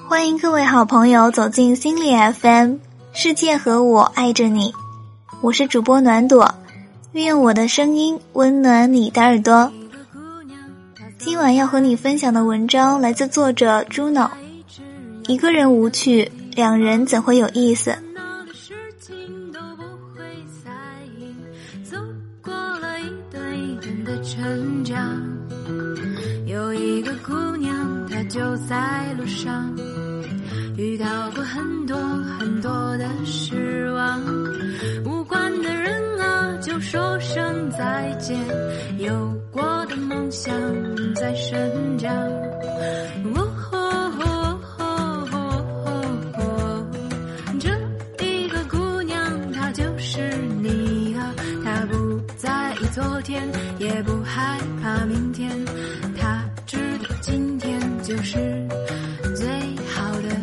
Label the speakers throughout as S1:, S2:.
S1: 欢迎各位好朋友走进心理 FM， 世界和我爱着你，我是主播暖朵，愿我的声音温暖你的耳朵。今晚要和你分享的文章来自作者 Juno。 一个人无趣，两人怎会有意思？
S2: 成长，有一个姑娘，她就在路上，遇到过很多很多的失望，无关的人啊，就说声再见，有过的梦想在生长。这一个姑娘，她就是你啊，她不在意昨天，也不害怕明天，他知道今天就是最好的。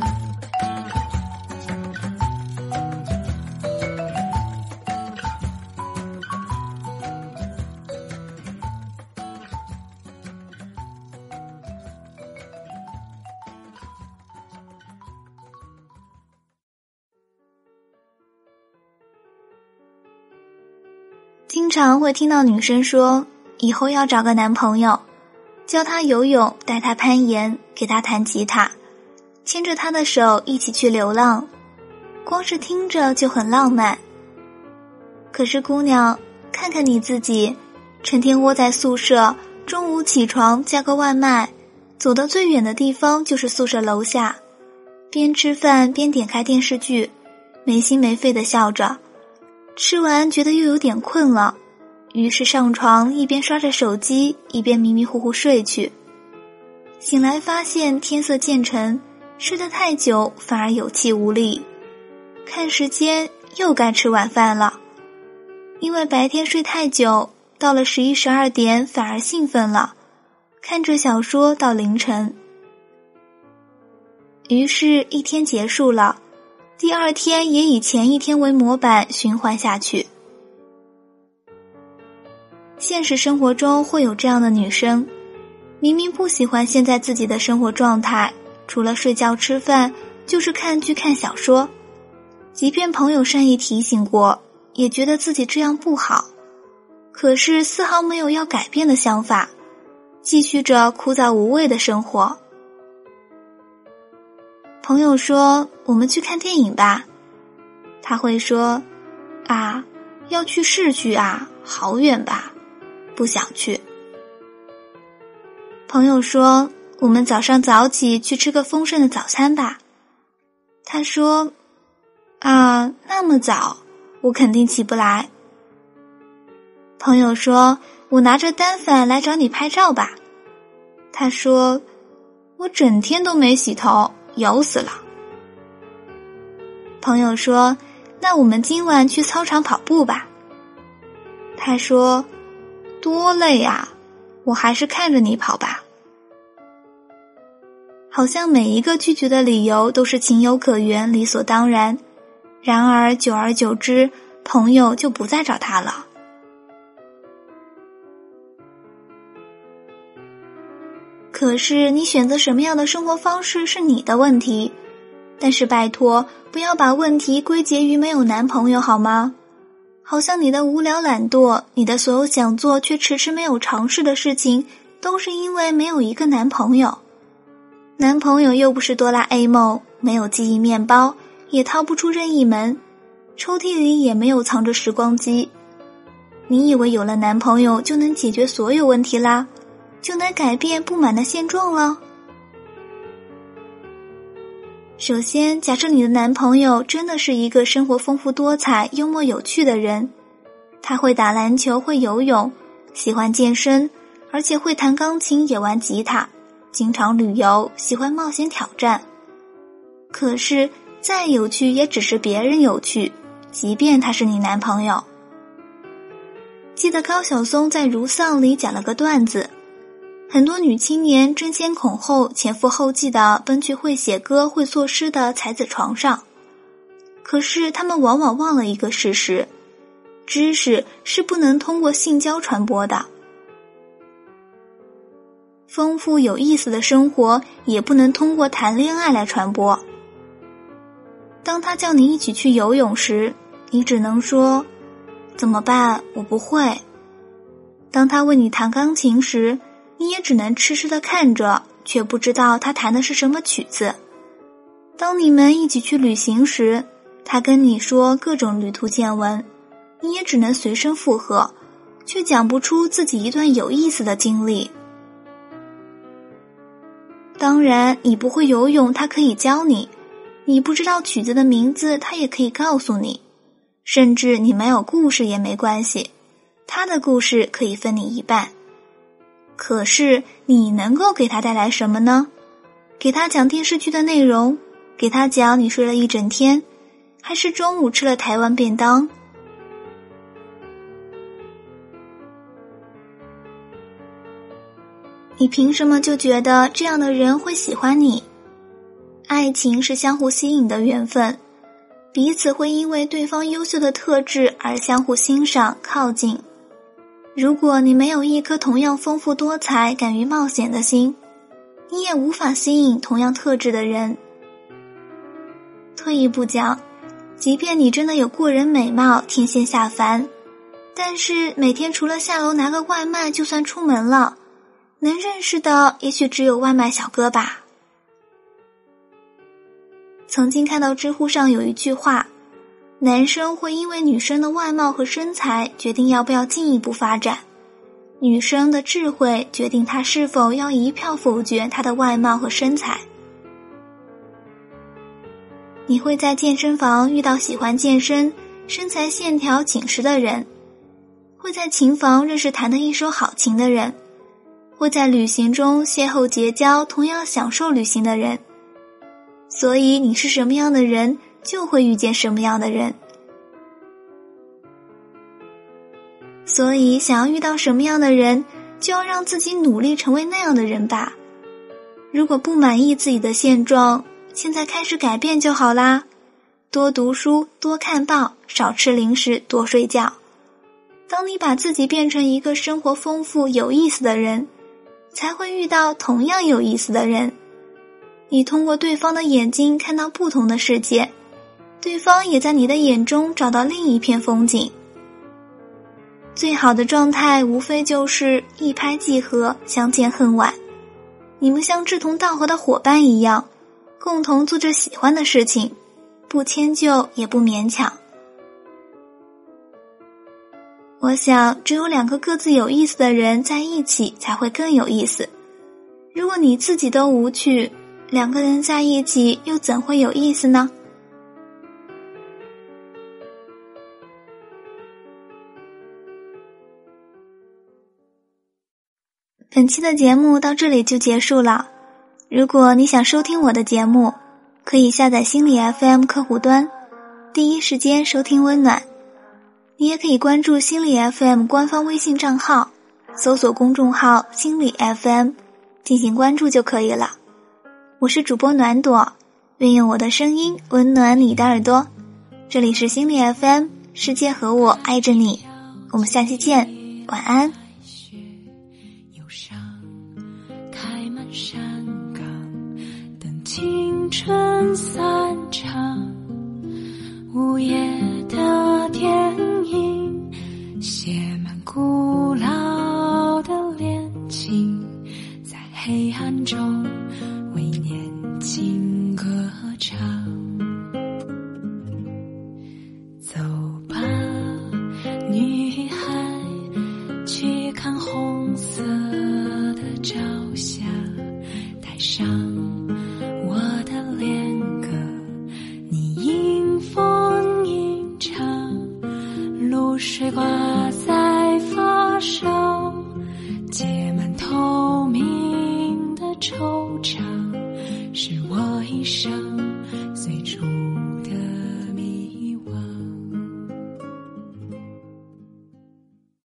S1: 经常会听到女生说，以后要找个男朋友，教他游泳，带他攀岩，给他弹吉他，牵着他的手一起去流浪，光是听着就很浪漫。可是姑娘，看看你自己，成天窝在宿舍，中午起床叫个外卖，走到最远的地方就是宿舍楼下，边吃饭边点开电视剧，没心没肺地笑着，吃完觉得又有点困了，于是上床一边刷着手机，一边迷迷糊糊睡去。醒来发现天色渐沉，睡得太久反而有气无力。看时间又该吃晚饭了，因为白天睡太久，到了11、12点反而兴奋了，看着小说到凌晨。于是一天结束了，第二天也以前一天为模板循环下去。现实生活中会有这样的女生，明明不喜欢现在自己的生活状态，除了睡觉吃饭就是看剧看小说，即便朋友善意提醒过，也觉得自己这样不好，可是丝毫没有要改变的想法，继续着枯燥无味的生活。朋友说，我们去看电影吧，他会说，啊，要去市区啊，好远吧，不想去。朋友说，我们早上早起去吃个丰盛的早餐吧，他说，啊，那么早，我肯定起不来。朋友说，我拿着单反来找你拍照吧，他说，我整天都没洗头，油死了。朋友说，那我们今晚去操场跑步吧，他说，多累啊，我还是看着你跑吧。好像每一个拒绝的理由都是情有可原，理所当然，然而久而久之，朋友就不再找他了。可是你选择什么样的生活方式是你的问题，但是拜托，不要把问题归结于没有男朋友好吗？好像你的无聊懒惰，你的所有想做却迟迟没有尝试的事情，都是因为没有一个男朋友。男朋友又不是哆啦 A 梦，没有记忆面包，也掏不出任意门，抽屉里也没有藏着时光机。你以为有了男朋友就能解决所有问题啦？就能改变不满的现状了？首先，假设你的男朋友真的是一个生活丰富多彩、幽默有趣的人，他会打篮球，会游泳，喜欢健身，而且会弹钢琴，也玩吉他，经常旅游，喜欢冒险挑战。可是再有趣也只是别人有趣，即便他是你男朋友。记得高晓松在《如丧》里讲了个段子，很多女青年争先恐后、前赴后继地奔去会写歌、会作诗的才子床上，可是她们往往忘了一个事实，知识是不能通过性交传播的。 丰富有意思的生活也不能通过谈恋爱来传播。当他叫你一起去游泳时，你只能说怎么办，我不会。当他为你弹钢琴时，你也只能痴痴地看着，却不知道他弹的是什么曲子。当你们一起去旅行时，他跟你说各种旅途见闻，你也只能随声附和，却讲不出自己一段有意思的经历。当然，你不会游泳，他可以教你；你不知道曲子的名字，他也可以告诉你；甚至你没有故事也没关系，他的故事可以分你一半。可是，你能够给他带来什么呢？给他讲电视剧的内容？给他讲你睡了一整天？还是中午吃了台湾便当？你凭什么就觉得这样的人会喜欢你？爱情是相互吸引的缘分，彼此会因为对方优秀的特质而相互欣赏靠近。如果你没有一颗同样丰富多彩、敢于冒险的心，你也无法吸引同样特质的人。退一步讲，即便你真的有过人美貌，天仙下凡，但是每天除了下楼拿个外卖就算出门了，能认识的也许只有外卖小哥吧。曾经看到知乎上有一句话，男生会因为女生的外貌和身材决定要不要进一步发展，女生的智慧决定她是否要一票否决她的外貌和身材。你会在健身房遇到喜欢健身、身材线条紧实的人，会在琴房认识弹得一手好琴的人，会在旅行中邂逅结交同样享受旅行的人。所以你是什么样的人，就会遇见什么样的人。所以想要遇到什么样的人，就要让自己努力成为那样的人吧。如果不满意自己的现状，现在开始改变就好啦。多读书，多看报，少吃零食，多睡觉。当你把自己变成一个生活丰富有意思的人，才会遇到同样有意思的人。你通过对方的眼睛看到不同的世界，对方也在你的眼中找到另一片风景。最好的状态无非就是一拍即合，相见恨晚。你们像志同道合的伙伴一样，共同做着喜欢的事情，不迁就也不勉强。我想只有两个各自有意思的人在一起才会更有意思。如果你自己都无趣，两个人在一起又怎会有意思呢？本期的节目到这里就结束了。如果你想收听我的节目，可以下载心理 FM 客户端，第一时间收听温暖。你也可以关注心理 FM 官方微信账号，搜索公众号心理 FM 进行关注就可以了。我是主播暖朵，愿用我的声音温暖你的耳朵。这里是心理 FM， 世界和我爱着你。我们下期见，晚安。
S2: 开满山岗，等青春散场，午夜的电影写满古老